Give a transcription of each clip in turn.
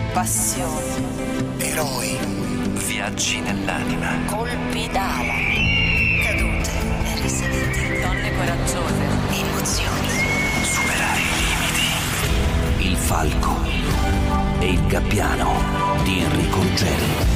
passioni, eroi, viaggi nell'anima, colpi d'ala, cadute e risalite, donne coraggiose, emozioni, superare i limiti. Il falco e il gabbiano di Enrico Ruggeri.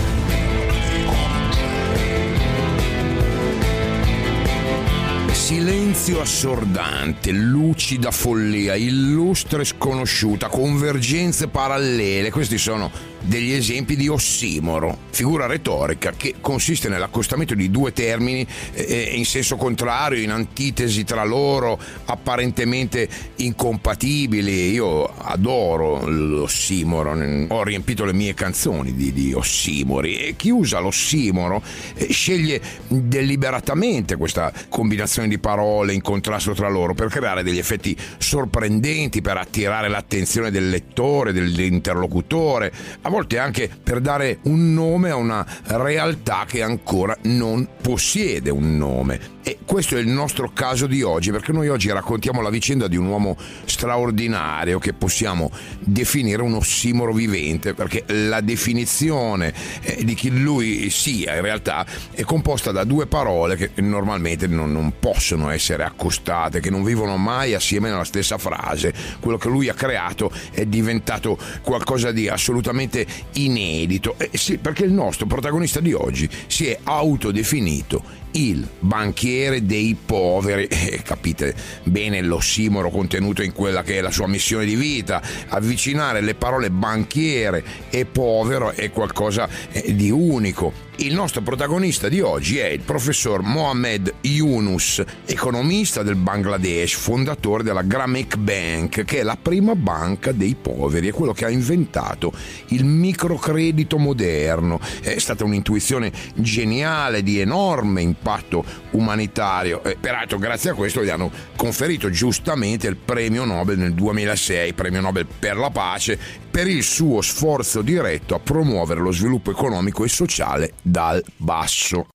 Silenzio assordante, lucida follia, illustre sconosciuta, convergenze parallele. Questi sono degli esempi di ossimoro, figura retorica che consiste nell'accostamento di due termini in senso contrario, in antitesi tra loro, apparentemente incompatibili. Io adoro l'ossimoro, ho riempito le mie canzoni di ossimori, e chi usa l'ossimoro sceglie deliberatamente questa combinazione di parole in contrasto tra loro per creare degli effetti sorprendenti, per attirare l'attenzione del lettore, dell'interlocutore, a volte anche per dare un nome a una realtà che ancora non possiede un nome. E questo è il nostro caso di oggi, perché noi oggi raccontiamo la vicenda di un uomo straordinario che possiamo definire un ossimoro vivente, perché la definizione di chi lui sia in realtà è composta da due parole che normalmente non possono essere accostate, che non vivono mai assieme nella stessa frase. Quello che lui ha creato è diventato qualcosa di assolutamente inedito. Sì, perché il nostro protagonista di oggi si è autodefinito il banchiere dei poveri. Capite bene l'ossimoro contenuto in quella che è la sua missione di vita. Avvicinare le parole banchiere e povero è qualcosa di unico. Il nostro protagonista di oggi è il professor Mohamed Yunus, economista del Bangladesh, fondatore della Grameen Bank, che è la prima banca dei poveri, è quello che ha inventato il microcredito moderno. È stata un'intuizione geniale di enorme impatto umanitario, peraltro grazie a questo gli hanno conferito giustamente il premio Nobel nel 2006, premio Nobel per la pace, per il suo sforzo diretto a promuovere lo sviluppo economico e sociale dal basso.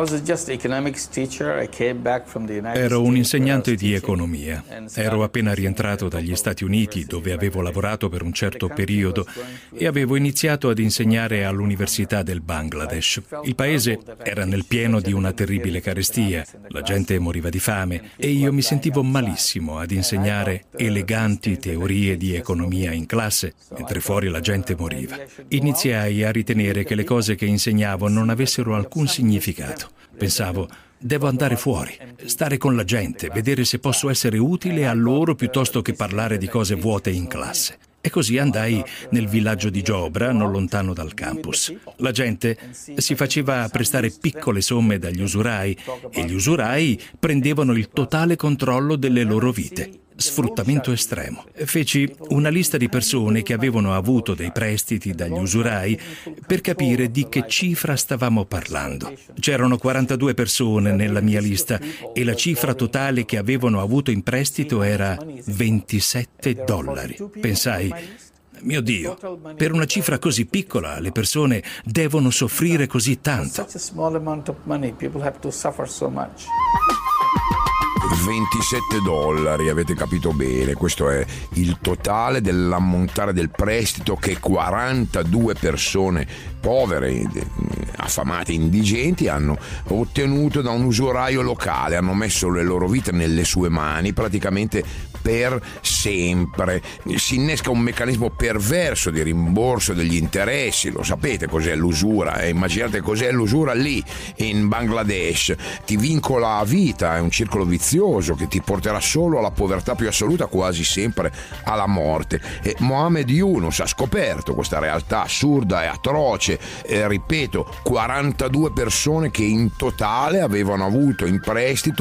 Ero un insegnante di economia. Ero appena rientrato dagli Stati Uniti, dove avevo lavorato per un certo periodo, e avevo iniziato ad insegnare all'Università del Bangladesh. Il paese era nel pieno di una terribile carestia, la gente moriva di fame e io mi sentivo malissimo ad insegnare eleganti teorie di economia in classe, mentre fuori la gente moriva. Iniziai a ritenere che le cose che insegnavo non avessero alcun significato. Pensavo, devo andare fuori, stare con la gente, vedere se posso essere utile a loro piuttosto che parlare di cose vuote in classe. E così andai nel villaggio di Jobra, non lontano dal campus. La gente si faceva prestare piccole somme dagli usurai e gli usurai prendevano il totale controllo delle loro vite. Sfruttamento estremo. Feci una lista di persone che avevano avuto dei prestiti dagli usurai per capire di che cifra stavamo parlando. C'erano 42 persone nella mia lista e la cifra totale che avevano avuto in prestito era $27. Pensai, mio Dio, per una cifra così piccola le persone devono soffrire così tanto. $27, avete capito bene, questo è il totale dell'ammontare del prestito che 42 persone povere, affamate, indigenti hanno ottenuto da un usuraio locale. Hanno messo le loro vite nelle sue mani praticamente per sempre. Si innesca un meccanismo perverso di rimborso degli interessi. Lo sapete cos'è l'usura? Immaginate cos'è l'usura lì in Bangladesh. Ti vincola a vita, è un circolo vizioso che ti porterà solo alla povertà più assoluta, quasi sempre alla morte. E Mohamed Yunus ha scoperto questa realtà assurda e atroce. Ripeto, 42 persone che in totale avevano avuto in prestito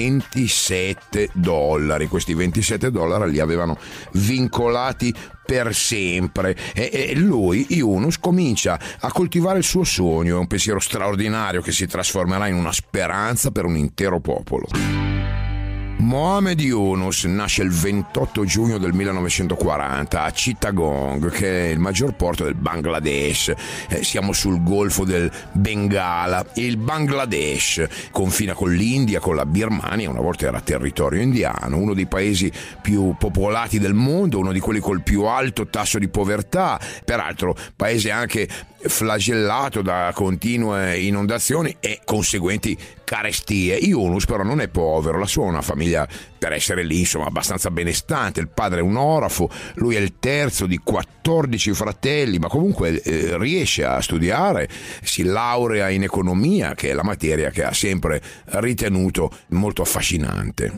$27. Questi $27 li avevano vincolati per sempre. E lui, Yunus, comincia a coltivare il suo sogno. È un pensiero straordinario che si trasformerà in una speranza per un intero popolo. Mohamed Yunus nasce il 28 giugno del 1940 a Chittagong, che è il maggior porto del Bangladesh. Siamo sul golfo del Bengala. Il Bangladesh confina con l'India, con la Birmania, una volta era territorio indiano, uno dei paesi più popolati del mondo, uno di quelli col più alto tasso di povertà, peraltro paese anche flagellato da continue inondazioni e conseguenti carestie. Yunus però non è povero, la sua è una famiglia, per essere lì, insomma, abbastanza benestante. Il padre è un orafo, lui è il terzo di 14 fratelli, ma comunque riesce a studiare, si laurea in economia, che è la materia che ha sempre ritenuto molto affascinante.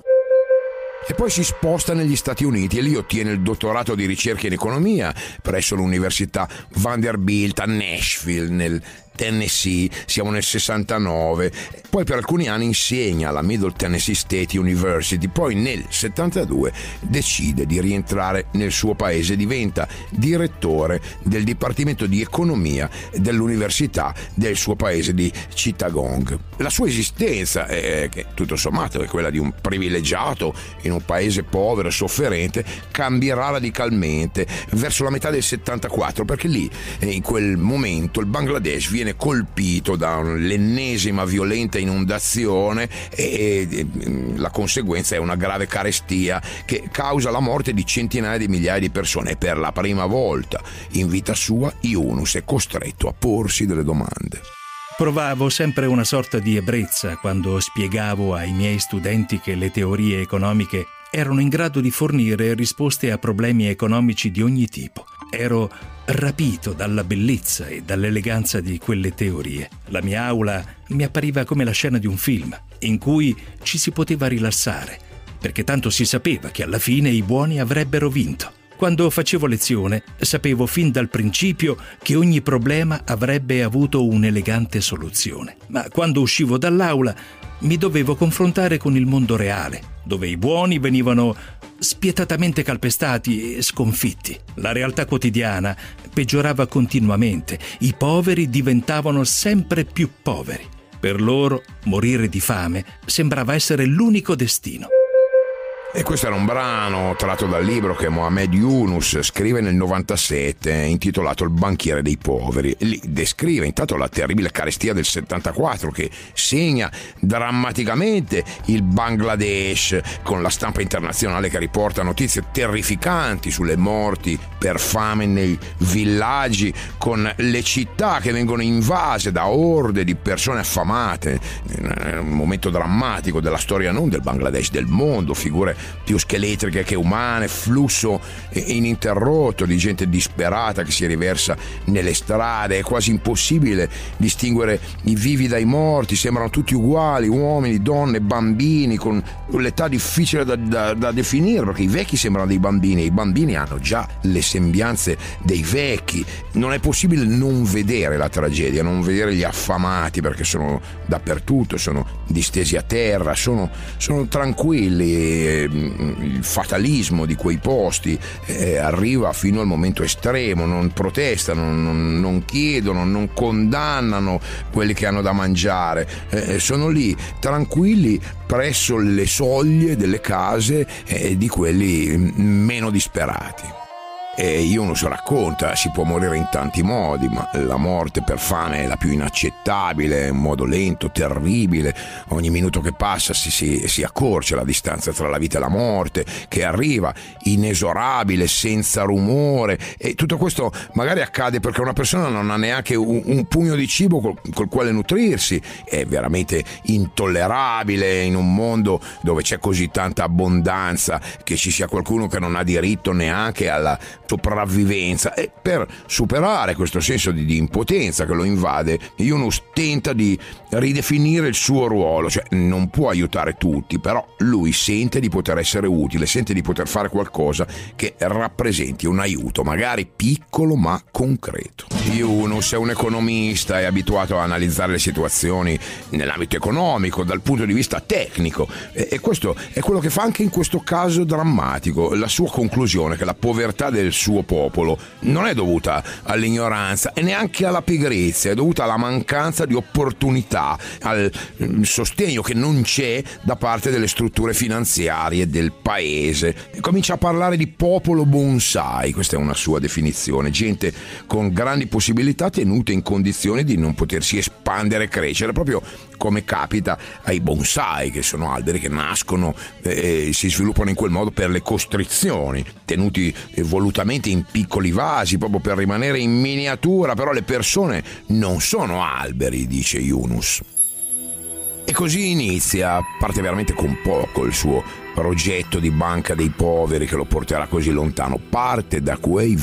E poi si sposta negli Stati Uniti e lì ottiene il dottorato di ricerca in economia presso l'Università Vanderbilt a Nashville, nel Tennessee. Siamo nel 69. Poi per alcuni anni insegna alla Middle Tennessee State University, poi nel 72 decide di rientrare nel suo paese, diventa direttore del Dipartimento di Economia dell'Università del suo paese di Chittagong. La sua esistenza, che tutto sommato è quella di un privilegiato in un paese povero e sofferente, cambierà radicalmente verso la metà del 74, perché lì, in quel momento, il Bangladesh viene colpito dall'ennesima violenta inondazione e la conseguenza è una grave carestia che causa la morte di centinaia di migliaia di persone. E per la prima volta in vita sua Yunus è costretto a porsi delle domande. Provavo sempre una sorta di ebbrezza quando spiegavo ai miei studenti che le teorie economiche erano in grado di fornire risposte a problemi economici di ogni tipo. Ero rapito dalla bellezza e dall'eleganza di quelle teorie. La mia aula mi appariva come la scena di un film, in cui ci si poteva rilassare, perché tanto si sapeva che alla fine i buoni avrebbero vinto. Quando facevo lezione, sapevo fin dal principio che ogni problema avrebbe avuto un'elegante soluzione. Ma quando uscivo dall'aula, mi dovevo confrontare con il mondo reale, dove i buoni venivano spietatamente calpestati e sconfitti. La realtà quotidiana peggiorava continuamente, i poveri diventavano sempre più poveri. Per loro, morire di fame sembrava essere l'unico destino. E questo era un brano tratto dal libro che Mohamed Yunus scrive nel 97, intitolato Il banchiere dei poveri. Lì descrive intanto la terribile carestia del 74 che segna drammaticamente il Bangladesh, con la stampa internazionale che riporta notizie terrificanti sulle morti per fame nei villaggi, con le città che vengono invase da orde di persone affamate. È un momento drammatico della storia non del Bangladesh, del mondo, figure più scheletriche che umane, flusso ininterrotto di gente disperata che si riversa nelle strade. È quasi impossibile distinguere i vivi dai morti, sembrano tutti uguali, uomini, donne, bambini, con l'età difficile da definire, perché i vecchi sembrano dei bambini e i bambini hanno già le sembianze dei vecchi. Non è possibile non vedere la tragedia, non vedere gli affamati, perché sono dappertutto, sono distesi a terra, sono tranquilli. Il fatalismo di quei posti arriva fino al momento estremo, non protestano, non chiedono, non condannano quelli che hanno da mangiare, sono lì tranquilli presso le soglie delle case di quelli meno disperati. E Yunus racconta, si può morire in tanti modi, ma la morte per fame è la più inaccettabile, è un modo lento, terribile. Ogni minuto che passa si accorcia la distanza tra la vita e la morte, che arriva inesorabile, senza rumore. E tutto questo magari accade perché una persona non ha neanche un pugno di cibo col quale nutrirsi. È veramente intollerabile in un mondo dove c'è così tanta abbondanza che ci sia qualcuno che non ha diritto neanche alla sopravvivenza. E per superare questo senso di impotenza che lo invade, Yunus tenta di ridefinire il suo ruolo, cioè non può aiutare tutti, però lui sente di poter essere utile, sente di poter fare qualcosa che rappresenti un aiuto, magari piccolo ma concreto. Yunus è un economista, è abituato a analizzare le situazioni nell'ambito economico, dal punto di vista tecnico, e questo è quello che fa anche in questo caso drammatico. La sua conclusione, che la povertà del suo popolo non è dovuta all'ignoranza e neanche alla pigrizia, è dovuta alla mancanza di opportunità, al sostegno che non c'è da parte delle strutture finanziarie del paese. Comincia a parlare di popolo bonsai, questa è una sua definizione, gente con grandi possibilità tenute in condizioni di non potersi espandere e crescere, proprio come capita ai bonsai, che sono alberi che nascono e si sviluppano in quel modo per le costrizioni, tenuti volutamente in piccoli vasi proprio per rimanere in miniatura, però le persone non sono alberi, dice Yunus. E così inizia, parte veramente con poco, il suo progetto di banca dei poveri che lo porterà così lontano. Parte da quei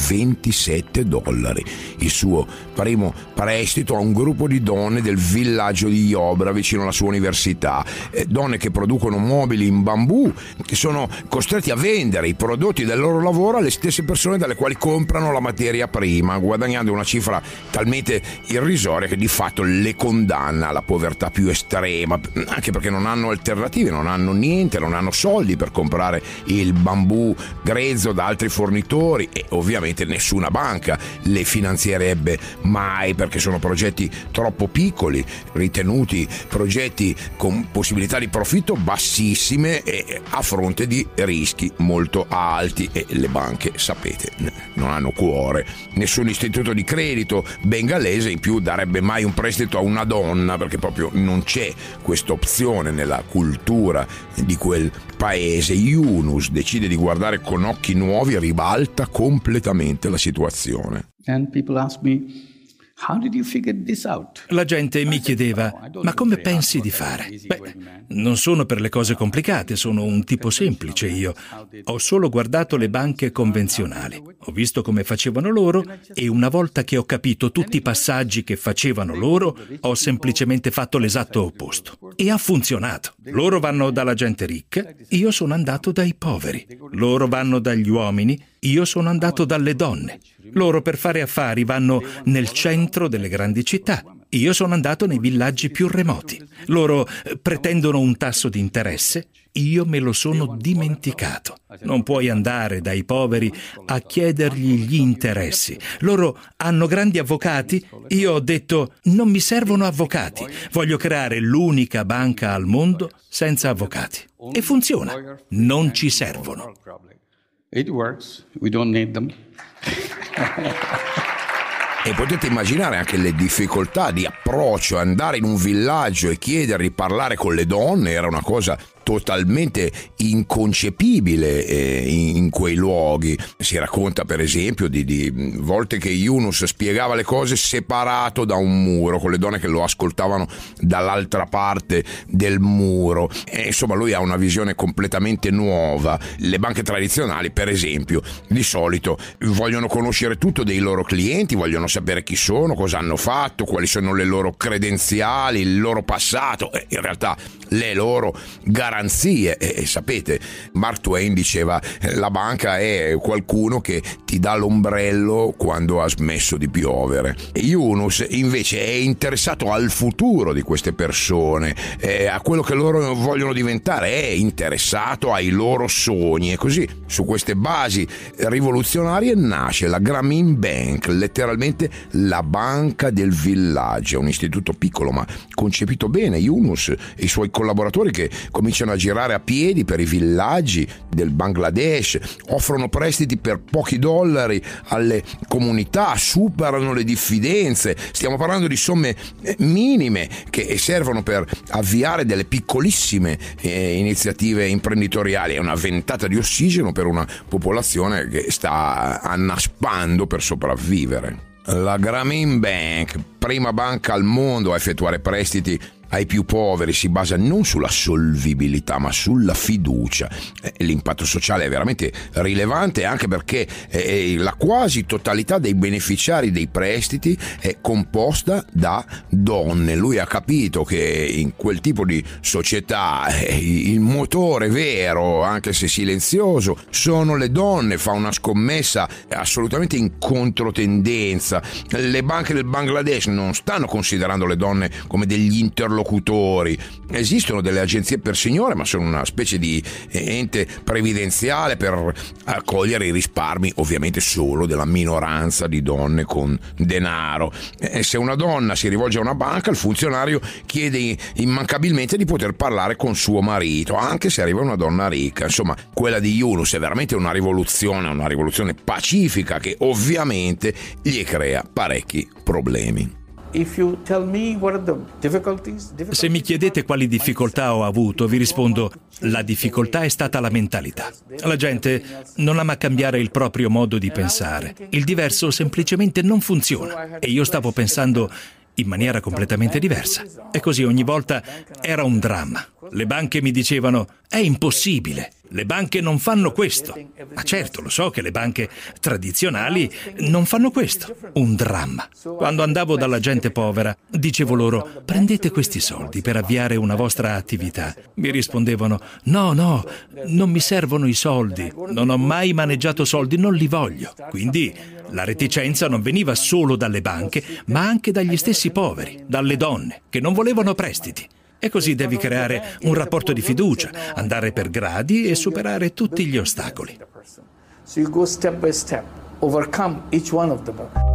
$27, il suo primo prestito a un gruppo di donne del villaggio di Yobra vicino alla sua università, donne che producono mobili in bambù, che sono costretti a vendere i prodotti del loro lavoro alle stesse persone dalle quali comprano la materia prima, guadagnando una cifra talmente irrisoria che di fatto le condanna alla povertà più estrema, anche perché non hanno alternative, non hanno niente, non hanno soldi per comprare il bambù grezzo da altri fornitori e ovviamente nessuna banca le finanzierebbe mai, perché sono progetti troppo piccoli, ritenuti progetti con possibilità di profitto bassissime e a fronte di rischi molto alti, e le banche, sapete, non hanno cuore. Nessun istituto di credito bengalese in più darebbe mai un prestito a una donna, perché proprio non c'è questa opzione nella cultura di quel paese. Yunus decide di guardare con occhi nuovi e ribalta completamente la situazione. And people ask me, how did you figure this out? La gente mi chiedeva, ma come pensi di fare? Beh, non sono per le cose complicate, sono un tipo semplice io. Ho solo guardato le banche convenzionali, ho visto come facevano loro e una volta che ho capito tutti i passaggi che facevano loro, ho semplicemente fatto l'esatto opposto. E ha funzionato. Loro vanno dalla gente ricca, io sono andato dai poveri. Loro vanno dagli uomini, io sono andato dalle donne. Loro per fare affari vanno nel centro delle grandi città. Io sono andato nei villaggi più remoti. Loro pretendono un tasso di interesse. Io me lo sono dimenticato. Non puoi andare dai poveri a chiedergli gli interessi. Loro hanno grandi avvocati. Io ho detto, non mi servono avvocati. Voglio creare l'unica banca al mondo senza avvocati. E funziona. Non ci servono. It works. We don't need them. E potete immaginare anche le difficoltà di approccio, andare in un villaggio e chiedere di parlare con le donne era una cosa totalmente inconcepibile in quei luoghi. Si racconta per esempio di volte che Yunus spiegava le cose separato da un muro, con le donne che lo ascoltavano dall'altra parte del muro. E insomma lui ha una visione completamente nuova. Le banche tradizionali per esempio di solito vogliono conoscere tutto dei loro clienti, vogliono sapere chi sono, cosa hanno fatto, quali sono le loro credenziali, il loro passato e in realtà le loro garanzie. E sapete, Mark Twain diceva la banca è qualcuno che ti dà l'ombrello quando ha smesso di piovere. Yunus invece è interessato al futuro di queste persone, a quello che loro vogliono diventare, è interessato ai loro sogni e così su queste basi rivoluzionarie nasce la Grameen Bank, letteralmente la banca del villaggio, un istituto piccolo ma concepito bene. Yunus e i suoi collaboratori che cominciano a girare a piedi per i villaggi del Bangladesh, offrono prestiti per pochi dollari alle comunità, superano le diffidenze. Stiamo parlando di somme minime che servono per avviare delle piccolissime iniziative imprenditoriali. È una ventata di ossigeno per una popolazione che sta annaspando per sopravvivere. La Grameen Bank, prima banca al mondo a effettuare prestiti ai più poveri, si basa non sulla solvibilità ma sulla fiducia. L'impatto sociale è veramente rilevante anche perché la quasi totalità dei beneficiari dei prestiti è composta da donne. Lui ha capito che in quel tipo di società il motore vero, anche se silenzioso, sono le donne. Fa una scommessa assolutamente in controtendenza. Le banche del Bangladesh non stanno considerando le donne come degli interlocutori interlocutori. Esistono delle agenzie per signore, ma sono una specie di ente previdenziale per accogliere i risparmi, ovviamente solo della minoranza di donne con denaro. Se una donna si rivolge a una banca, il funzionario chiede immancabilmente di poter parlare con suo marito, anche se arriva una donna ricca. Insomma, quella di Yunus è veramente una rivoluzione pacifica che ovviamente gli crea parecchi problemi. Se mi chiedete quali difficoltà ho avuto, vi rispondo: la difficoltà è stata la mentalità. La gente non ama cambiare il proprio modo di pensare. Il diverso semplicemente non funziona. E io stavo pensando in maniera completamente diversa. E così ogni volta era un dramma. Le banche mi dicevano: è impossibile, le banche non fanno questo. Ma certo, lo so che le banche tradizionali non fanno questo. Un dramma. Quando andavo dalla gente povera, dicevo loro: prendete questi soldi per avviare una vostra attività. Mi rispondevano: no, non mi servono i soldi, non ho mai maneggiato soldi, non li voglio. Quindi la reticenza non veniva solo dalle banche, ma anche dagli stessi poveri, dalle donne, che non volevano prestiti. E così devi creare un rapporto di fiducia, andare per gradi e superare tutti gli ostacoli. So you go step by step, overcome each one of them.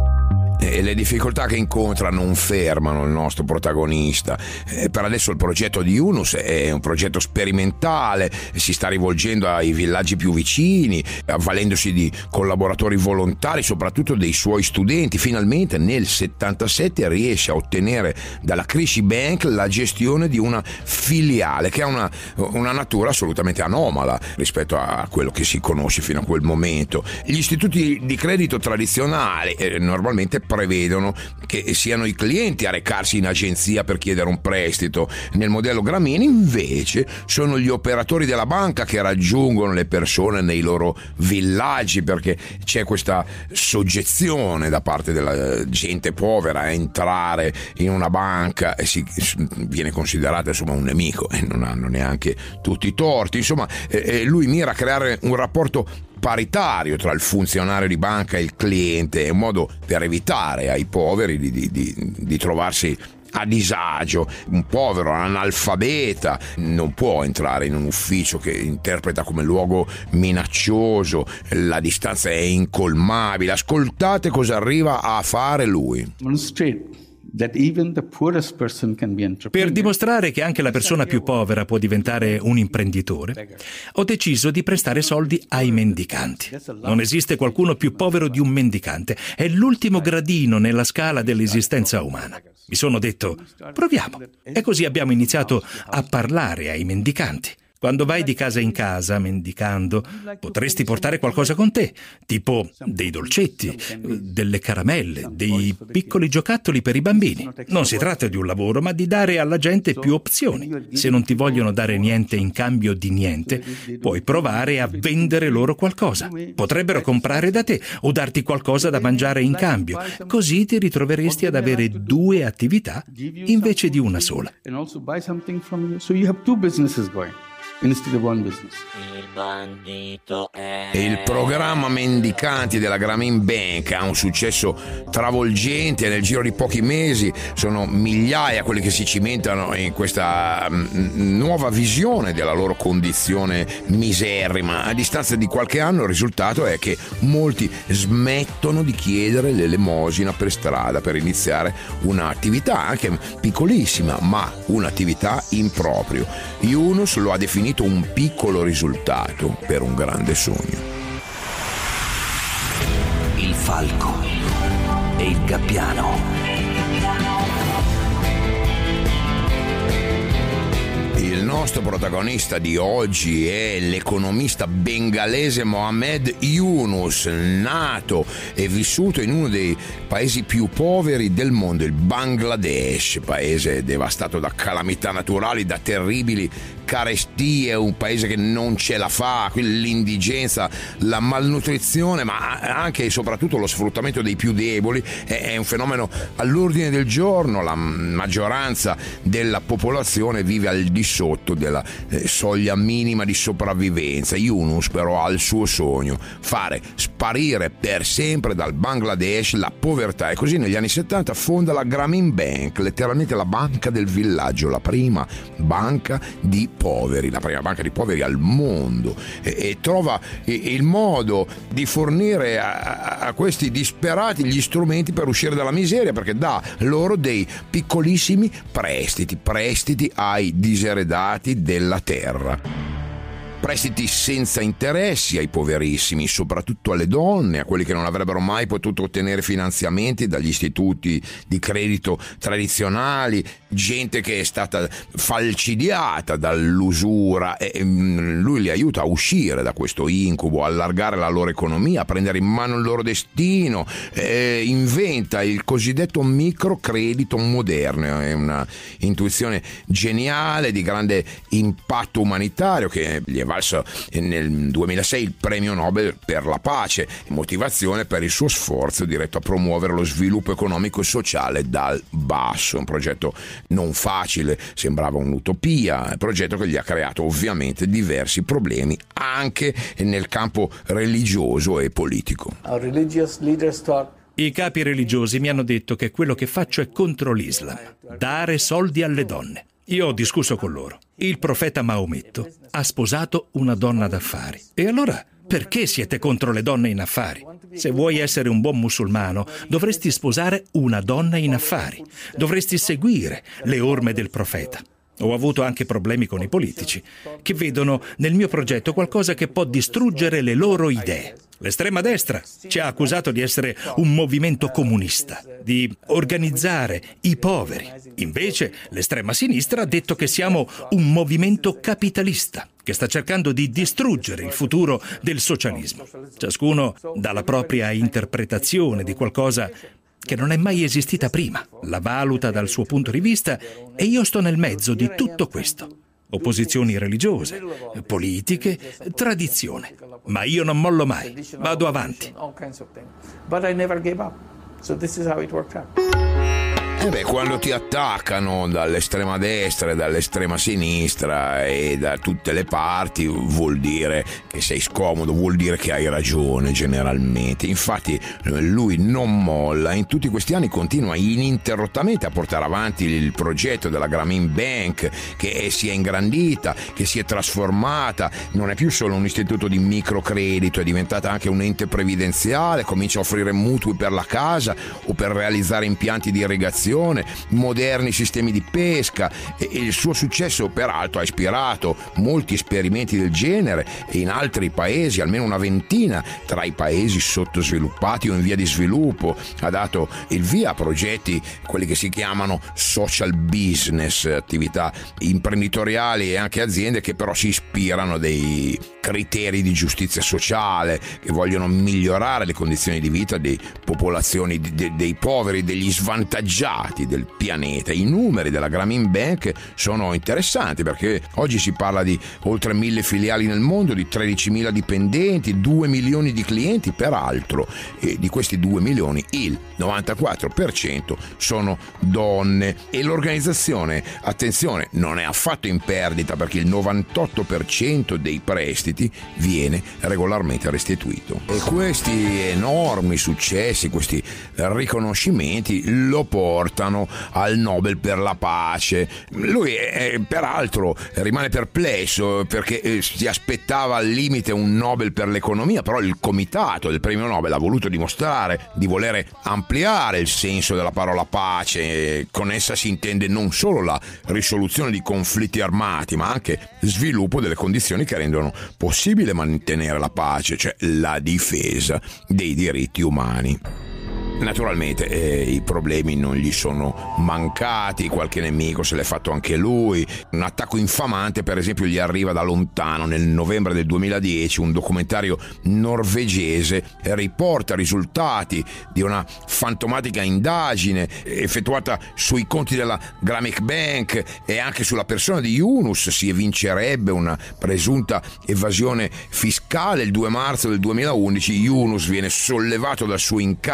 E le difficoltà che incontra non fermano il nostro protagonista. Per adesso il progetto di Yunus è un progetto sperimentale, si sta rivolgendo ai villaggi più vicini, avvalendosi di collaboratori volontari, soprattutto dei suoi studenti. Finalmente nel 77 riesce a ottenere dalla Krishi Bank la gestione di una filiale che ha una natura assolutamente anomala rispetto a quello che si conosce fino a quel momento. Gli istituti di credito tradizionali normalmente prevedono che siano i clienti a recarsi in agenzia per chiedere un prestito. Nel modello Grameen invece sono gli operatori della banca che raggiungono le persone nei loro villaggi, perché c'è questa soggezione da parte della gente povera a entrare in una banca e viene considerata insomma un nemico, e non hanno neanche tutti i torti. Insomma, lui mira a creare un rapporto paritario tra il funzionario di banca e il cliente, un modo per evitare ai poveri di trovarsi a disagio. Un povero analfabeta non può entrare in un ufficio che interpreta come luogo minaccioso, la distanza è incolmabile. Ascoltate cosa arriva a fare lui. Per dimostrare che anche la persona più povera può diventare un imprenditore, ho deciso di prestare soldi ai mendicanti. Non esiste qualcuno più povero di un mendicante, è l'ultimo gradino nella scala dell'esistenza umana. Mi sono detto: proviamo. E così abbiamo iniziato a parlare ai mendicanti. Quando vai di casa in casa mendicando, potresti portare qualcosa con te, tipo dei dolcetti, delle caramelle, dei piccoli giocattoli per i bambini. Non si tratta di un lavoro, ma di dare alla gente più opzioni. Se non ti vogliono dare niente in cambio di niente, puoi provare a vendere loro qualcosa. Potrebbero comprare da te o darti qualcosa da mangiare in cambio. Così ti ritroveresti ad avere 2 attività invece di una sola. Instead of one business. Il programma Mendicanti della Grameen Bank ha un successo travolgente. Nel giro di pochi mesi sono migliaia quelli che si cimentano in questa nuova visione della loro condizione miserrima. A distanza di qualche anno il risultato è che molti smettono di chiedere l'elemosina per strada per iniziare un'attività anche piccolissima, ma un'attività in proprio. Yunus lo ha definito un piccolo risultato per un grande sogno. Il falco e il gabbiano. Il nostro protagonista di oggi è l'economista bengalese Mohammed Yunus, nato e vissuto in uno dei paesi più poveri del mondo, il Bangladesh, paese devastato da calamità naturali, da terribili carestie, un paese che non ce la fa, l'indigenza, la malnutrizione, ma anche e soprattutto lo sfruttamento dei più deboli è un fenomeno all'ordine del giorno. La maggioranza della popolazione vive al di sopra sotto della soglia minima di sopravvivenza. Yunus però ha il suo sogno: fare sparire per sempre dal Bangladesh la povertà, e così negli anni 70 fonda la Grameen Bank, letteralmente la banca del villaggio, la prima banca di poveri, la prima banca di poveri al mondo, e trova il modo di fornire a questi disperati gli strumenti per uscire dalla miseria, perché dà loro dei piccolissimi prestiti ai diseredati della terra. Prestiti senza interessi ai poverissimi, soprattutto alle donne, a quelli che non avrebbero mai potuto ottenere finanziamenti dagli istituti di credito tradizionali, gente che è stata falcidiata dall'usura, e lui li aiuta a uscire da questo incubo, a allargare la loro economia, a prendere in mano il loro destino, inventa il cosiddetto microcredito moderno. È una intuizione geniale di grande impatto umanitario che gli è valso nel 2006 il premio Nobel per la pace, motivazione per il suo sforzo diretto a promuovere lo sviluppo economico e sociale dal basso. Un progetto non facile, sembrava un'utopia, un progetto che gli ha creato ovviamente diversi problemi anche nel campo religioso e politico. I capi religiosi mi hanno detto che quello che faccio è contro l'Islam, dare soldi alle donne. Io ho discusso con loro. Il profeta Maometto ha sposato una donna d'affari. E allora, perché siete contro le donne in affari? Se vuoi essere un buon musulmano, dovresti sposare una donna in affari. Dovresti seguire le orme del profeta. Ho avuto anche problemi con i politici, che vedono nel mio progetto qualcosa che può distruggere le loro idee. L'estrema destra ci ha accusato di essere un movimento comunista, di organizzare i poveri. Invece l'estrema sinistra ha detto che siamo un movimento capitalista, che sta cercando di distruggere il futuro del socialismo. Ciascuno dà la propria interpretazione di qualcosa che non è mai esistita prima, la valuta dal suo punto di vista, e io sto nel mezzo di tutto questo. Opposizioni religiose, politiche, tradizione. Ma io non mollo mai, vado avanti. Quando ti attaccano dall'estrema destra e dall'estrema sinistra e da tutte le parti, vuol dire che sei scomodo, vuol dire che hai ragione generalmente. Infatti lui non molla, in tutti questi anni continua ininterrottamente a portare avanti il progetto della Grameen Bank, che si è ingrandita, che si è trasformata, non è più solo un istituto di microcredito, è diventata anche un ente previdenziale, comincia a offrire mutui per la casa o per realizzare impianti di irrigazione, moderni sistemi di pesca, e il suo successo peraltro ha ispirato molti esperimenti del genere, e in altri paesi, almeno una ventina tra i paesi sottosviluppati o in via di sviluppo, ha dato il via a progetti, quelli che si chiamano social business, attività imprenditoriali e anche aziende che però si ispirano a dei criteri di giustizia sociale, che vogliono migliorare le condizioni di vita delle popolazioni dei poveri, degli svantaggiati del pianeta. I numeri della Grameen Bank sono interessanti, perché oggi si parla di oltre 1.000 filiali nel mondo, di 13.000 dipendenti, 2 milioni di clienti peraltro, e di questi 2 milioni il 94% sono donne, e l'organizzazione, attenzione, non è affatto in perdita, perché il 98% dei prestiti viene regolarmente restituito. E questi enormi successi, questi riconoscimenti lo portano al Nobel per la pace. Lui peraltro rimane perplesso, perché si aspettava al limite un Nobel per l'economia, però il comitato del premio Nobel ha voluto dimostrare di volere ampliare il senso della parola pace. Con essa si intende non solo la risoluzione di conflitti armati, ma anche sviluppo delle condizioni che rendono possibile mantenere la pace, cioè la difesa dei diritti umani. Naturalmente i problemi non gli sono mancati, qualche nemico se l'è fatto anche lui. Un attacco infamante, per esempio, gli arriva da lontano. Nel novembre del 2010 un documentario norvegese riporta risultati di una fantomatica indagine effettuata sui conti della Grameen Bank e anche sulla persona di Yunus. Si evincerebbe una presunta evasione fiscale. Il 2 marzo del 2011 Yunus viene sollevato dal suo incarico di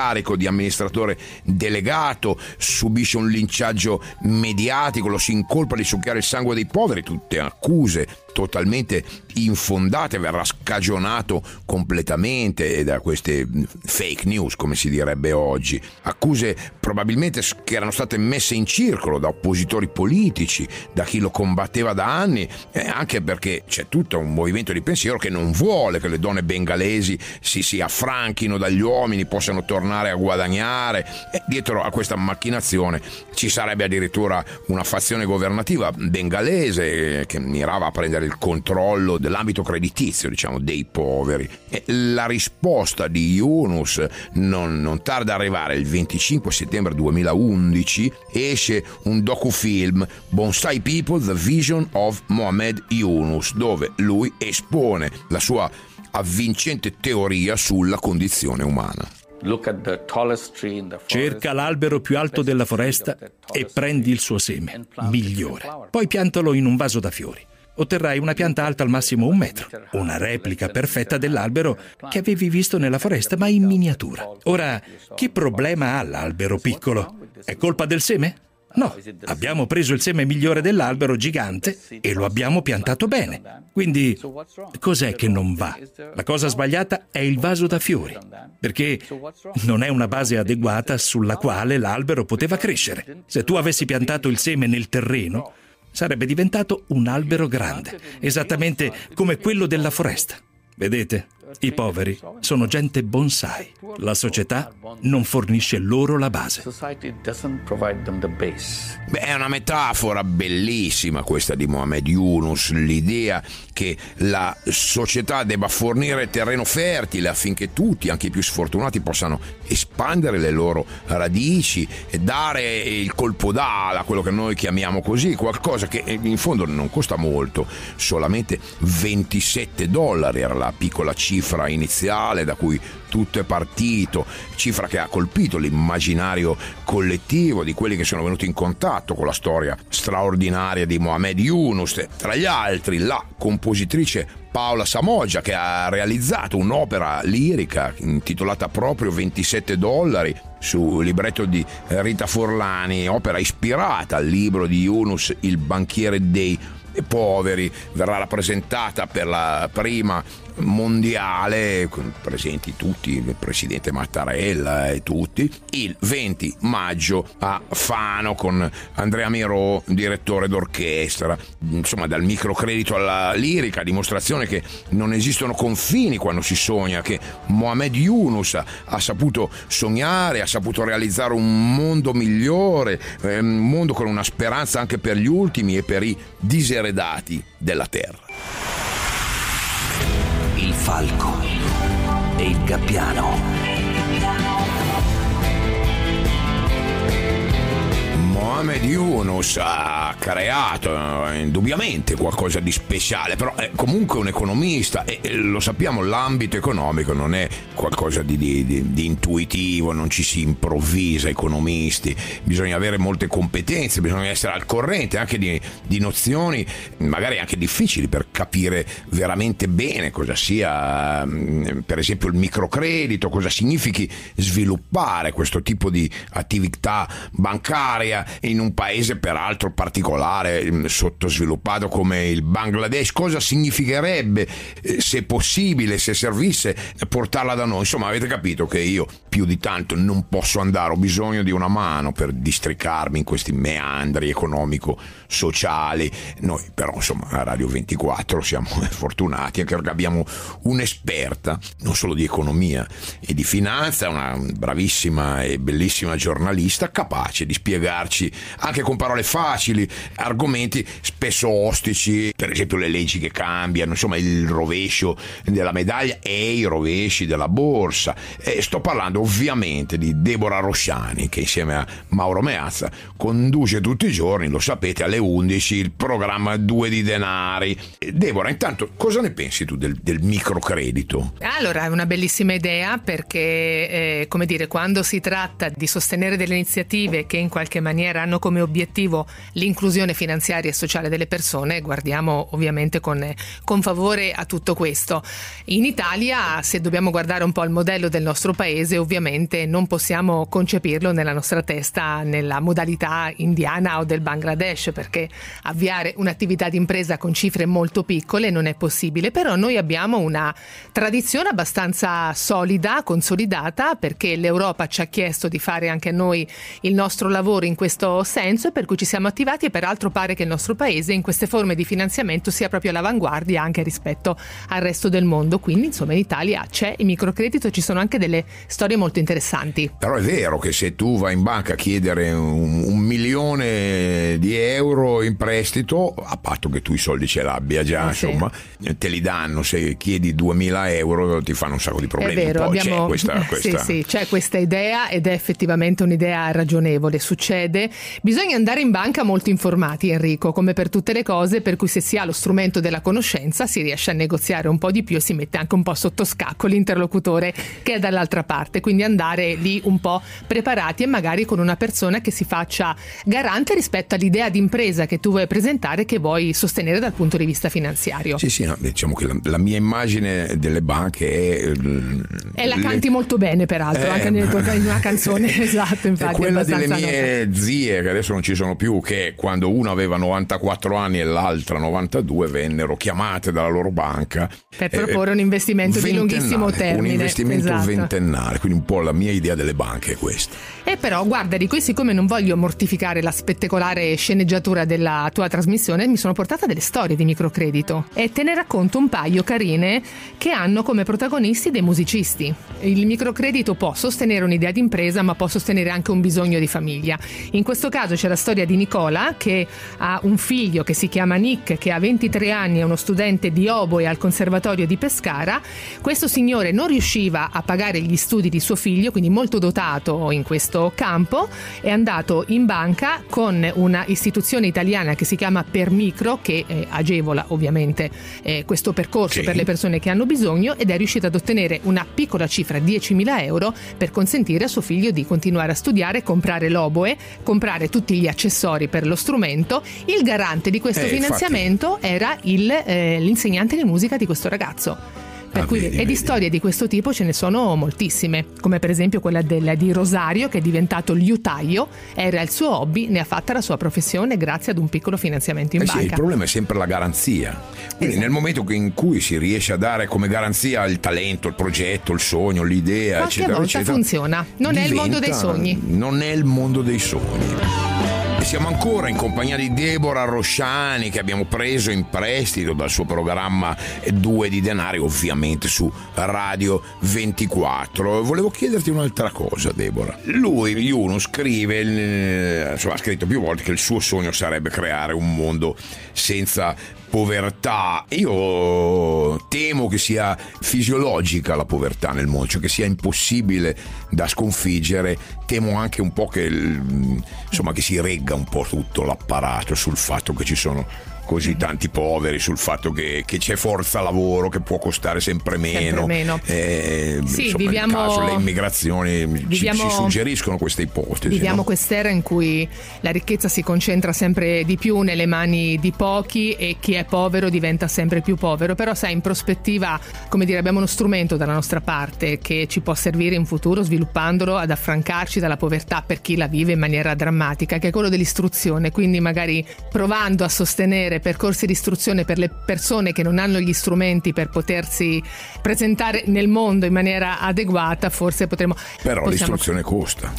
amministratore delegato, subisce un linciaggio mediatico, lo si incolpa di succhiare il sangue dei poveri, tutte accuse totalmente infondate, verrà scagionato completamente da queste fake news, come si direbbe oggi, accuse probabilmente che erano state messe in circolo da oppositori politici, da chi lo combatteva da anni, anche perché c'è tutto un movimento di pensiero che non vuole che le donne bengalesi si affranchino dagli uomini, possano tornare a guadagnare, e dietro a questa macchinazione ci sarebbe addirittura una fazione governativa bengalese che mirava a prendere il controllo dell'ambito creditizio, diciamo, dei poveri. E la risposta di Yunus non tarda ad arrivare. Il 25 settembre 2011 esce un docufilm, Bonsai People, The Vision of Mohamed Yunus, dove lui espone la sua avvincente teoria sulla condizione umana. Cerca l'albero più alto della foresta e prendi il suo seme migliore. Poi piantalo in un vaso da fiori. Otterrai una pianta alta al massimo 1 metro, una replica perfetta dell'albero che avevi visto nella foresta, ma in miniatura. Ora, che problema ha l'albero piccolo? È colpa del seme? No, abbiamo preso il seme migliore dell'albero gigante e lo abbiamo piantato bene. Quindi, cos'è che non va? La cosa sbagliata è il vaso da fiori, perché non è una base adeguata sulla quale l'albero poteva crescere. Se tu avessi piantato il seme nel terreno, sarebbe diventato un albero grande, esattamente come quello della foresta. Vedete? I poveri sono gente bonsai. La società non fornisce loro la base. Beh, è una metafora bellissima questa di Mohamed Yunus, l'idea che la società debba fornire terreno fertile affinché tutti, anche i più sfortunati, possano espandere le loro radici e dare il colpo d'ala, quello che noi chiamiamo così, qualcosa che in fondo non costa molto, solamente $27 era la piccola cifra iniziale da cui tutto è partito, cifra che ha colpito l'immaginario collettivo di quelli che sono venuti in contatto con la storia straordinaria di Mohamed Yunus, tra gli altri la compositrice Paola Samoggia, che ha realizzato un'opera lirica intitolata proprio $27 su libretto di Rita Forlani, opera ispirata al libro di Yunus, Il banchiere dei poveri. Verrà rappresentata per la prima mondiale, presenti tutti, il presidente Mattarella e tutti, il 20 maggio a Fano con Andrea Miró, direttore d'orchestra. Insomma, dal microcredito alla lirica, dimostrazione che non esistono confini quando si sogna, che Mohamed Yunus ha saputo sognare, ha saputo realizzare un mondo migliore, un mondo con una speranza anche per gli ultimi e per i diseredati della terra. Il falco e il gabbiano. Mohamed Yunus ha creato indubbiamente qualcosa di speciale, però è comunque un economista e lo sappiamo, l'ambito economico non è qualcosa di intuitivo, non ci si improvvisa economisti, bisogna avere molte competenze, bisogna essere al corrente anche di nozioni magari anche difficili per capire veramente bene cosa sia, per esempio, il microcredito, cosa significhi sviluppare questo tipo di attività bancaria in un paese peraltro particolare, sottosviluppato come il Bangladesh, cosa significherebbe, se possibile, se servisse, portarla da noi. Insomma, avete capito che io più di tanto non posso andare, ho bisogno di una mano per districarmi in questi meandri economico-sociali. Noi però, insomma, a Radio 24 siamo fortunati anche perché abbiamo un'esperta non solo di economia e di finanza, una bravissima e bellissima giornalista, capace di spiegarci anche con parole facili argomenti spesso ostici, per esempio le leggi che cambiano, insomma il rovescio della medaglia e i rovesci della borsa. E sto parlando ovviamente di Deborah Rosciani, che insieme a Mauro Meazza conduce tutti i giorni, lo sapete, alle 11 il programma 2 di denari. Deborah, intanto cosa ne pensi tu del microcredito? Allora, è una bellissima idea perché come dire, quando si tratta di sostenere delle iniziative che in qualche maniera hanno hanno come obiettivo l'inclusione finanziaria e sociale delle persone, guardiamo ovviamente con favore a tutto questo. In Italia, se dobbiamo guardare un po' il modello del nostro paese, ovviamente non possiamo concepirlo nella nostra testa nella modalità indiana o del Bangladesh, perché avviare un'attività di impresa con cifre molto piccole non è possibile, però noi abbiamo una tradizione abbastanza solida, consolidata, perché l'Europa ci ha chiesto di fare anche noi il nostro lavoro in questo senso, e per cui ci siamo attivati, e peraltro pare che il nostro paese in queste forme di finanziamento sia proprio all'avanguardia anche rispetto al resto del mondo. Quindi insomma in Italia c'è il microcredito e ci sono anche delle storie molto interessanti. Però è vero che se tu vai in banca a chiedere un milione di euro in prestito, a patto che tu i soldi ce l'abbia già, insomma, te li danno. Se chiedi 2.000 euro ti fanno un sacco di problemi. È vero, poi abbiamo... c'è questa... Sì, c'è questa idea, ed è effettivamente un'idea ragionevole. Succede, bisogna andare in banca molto informati, Enrico, come per tutte le cose, per cui se si ha lo strumento della conoscenza si riesce a negoziare un po' di più e si mette anche un po' sotto scacco l'interlocutore che è dall'altra parte, quindi andare lì un po' preparati e magari con una persona che si faccia garante rispetto all'idea di impresa che tu vuoi presentare, che vuoi sostenere dal punto di vista finanziario. Sì, no, diciamo che la mia immagine delle banche è... E la canti molto bene, peraltro, anche in una canzone. Esatto, infatti. È quella delle mie zie, che adesso non ci sono più, che quando una aveva 94 anni e l'altra 92 vennero chiamate dalla loro banca per proporre un investimento di lunghissimo termine. Un investimento esatto. ventennale, quindi un po' la mia idea delle banche è questa. E però guarda, di qui, siccome non voglio mortificare la spettacolare sceneggiatura della tua trasmissione, mi sono portata delle storie di microcredito e te ne racconto un paio carine che hanno come protagonisti dei musicisti. Il microcredito può sostenere un'idea di impresa, ma può sostenere anche un bisogno di famiglia. In questo caso c'è la storia di Nicola, che ha un figlio che si chiama Nick, che ha 23 anni, è uno studente di oboe al Conservatorio di Pescara. Questo signore non riusciva a pagare gli studi di suo figlio, quindi molto dotato in questo campo, è andato in banca con una istituzione italiana che si chiama Permicro, che agevola ovviamente questo percorso per le persone che hanno bisogno, ed è riuscito ad ottenere una piccola cifra, 10.000 euro, per consentire a suo figlio di continuare a studiare, comprare l'oboe, comprare tutti gli accessori per lo strumento. Il garante di questo finanziamento era l'insegnante di musica di questo ragazzo. Per cui, e di storie di questo tipo ce ne sono moltissime, come per esempio quella di Rosario, che è diventato liutaio, era il suo hobby, ne ha fatta la sua professione grazie ad un piccolo finanziamento in banca. Sì, il problema è sempre la garanzia. Quindi nel momento in cui si riesce a dare come garanzia il talento, il progetto, il sogno, l'idea, qualche eccetera, volta eccetera, funziona. Non è il mondo dei sogni. Non è il mondo dei sogni. E siamo ancora in compagnia di Deborah Rosciani, che abbiamo preso in prestito dal suo programma 2 di denari, ovviamente su Radio 24. Volevo chiederti un'altra cosa, Deborah. Yunus scrive, ha scritto più volte che il suo sogno sarebbe creare un mondo senza povertà. Io temo che sia fisiologica la povertà nel mondo, cioè che sia impossibile da sconfiggere. Temo anche un po' che che si regga un po' tutto l'apparato sul fatto che ci sono così tanti poveri, sul fatto che c'è forza lavoro che può costare sempre meno. Sì, nel caso le immigrazioni ci suggeriscono queste ipotesi. Viviamo quest'era in cui la ricchezza si concentra sempre di più nelle mani di pochi e chi è povero diventa sempre più povero. Però sai, in prospettiva, come dire, abbiamo uno strumento dalla nostra parte che ci può servire in futuro, sviluppandolo, ad affrancarci dalla povertà per chi la vive in maniera drammatica, che è quello dell'istruzione. Quindi magari provando a sostenere percorsi di istruzione per le persone che non hanno gli strumenti per potersi presentare nel mondo in maniera adeguata, forse possiamo... l'istruzione costa,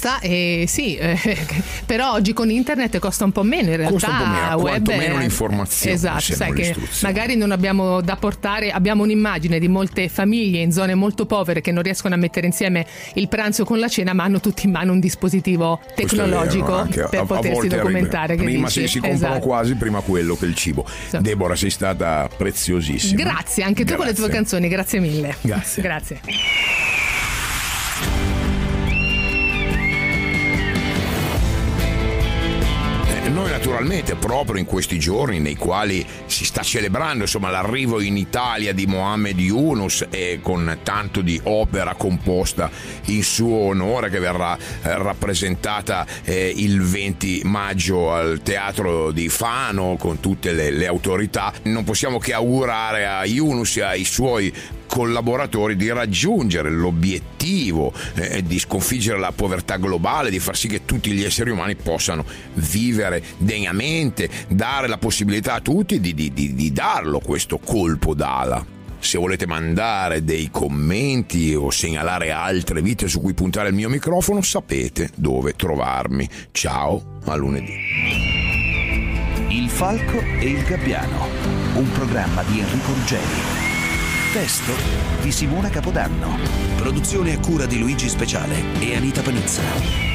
sì, però oggi con internet costa un po' meno, in realtà. Costa un po' meno, quanto meno l'informazione. Esatto, sai che magari non abbiamo da portare, abbiamo un'immagine di molte famiglie in zone molto povere che non riescono a mettere insieme il pranzo con la cena, ma hanno tutti in mano un dispositivo tecnologico per potersi documentare. Prima si comprano quasi prima quello che il cibo. Deborah, sei stata preziosissima. Grazie, anche tu con le tue canzoni, grazie mille. Grazie. Noi naturalmente proprio in questi giorni nei quali si sta celebrando l'arrivo in Italia di Muhammad Yunus, e con tanto di opera composta in suo onore che verrà rappresentata il 20 maggio al Teatro di Fano con tutte le autorità, non possiamo che augurare a Yunus e ai suoi collaboratori di raggiungere l'obiettivo di sconfiggere la povertà globale, di far sì che tutti gli esseri umani possano vivere degnamente, dare la possibilità a tutti di darlo questo colpo d'ala. Se volete mandare dei commenti o segnalare altre vite su cui puntare il mio microfono, sapete dove trovarmi. Ciao, a lunedì. Il Falco e il Gabbiano, un programma di Enrico Ruggeri. Testo di Simona Capodanno. Produzione a cura di Luigi Speciale e Anita Panizza.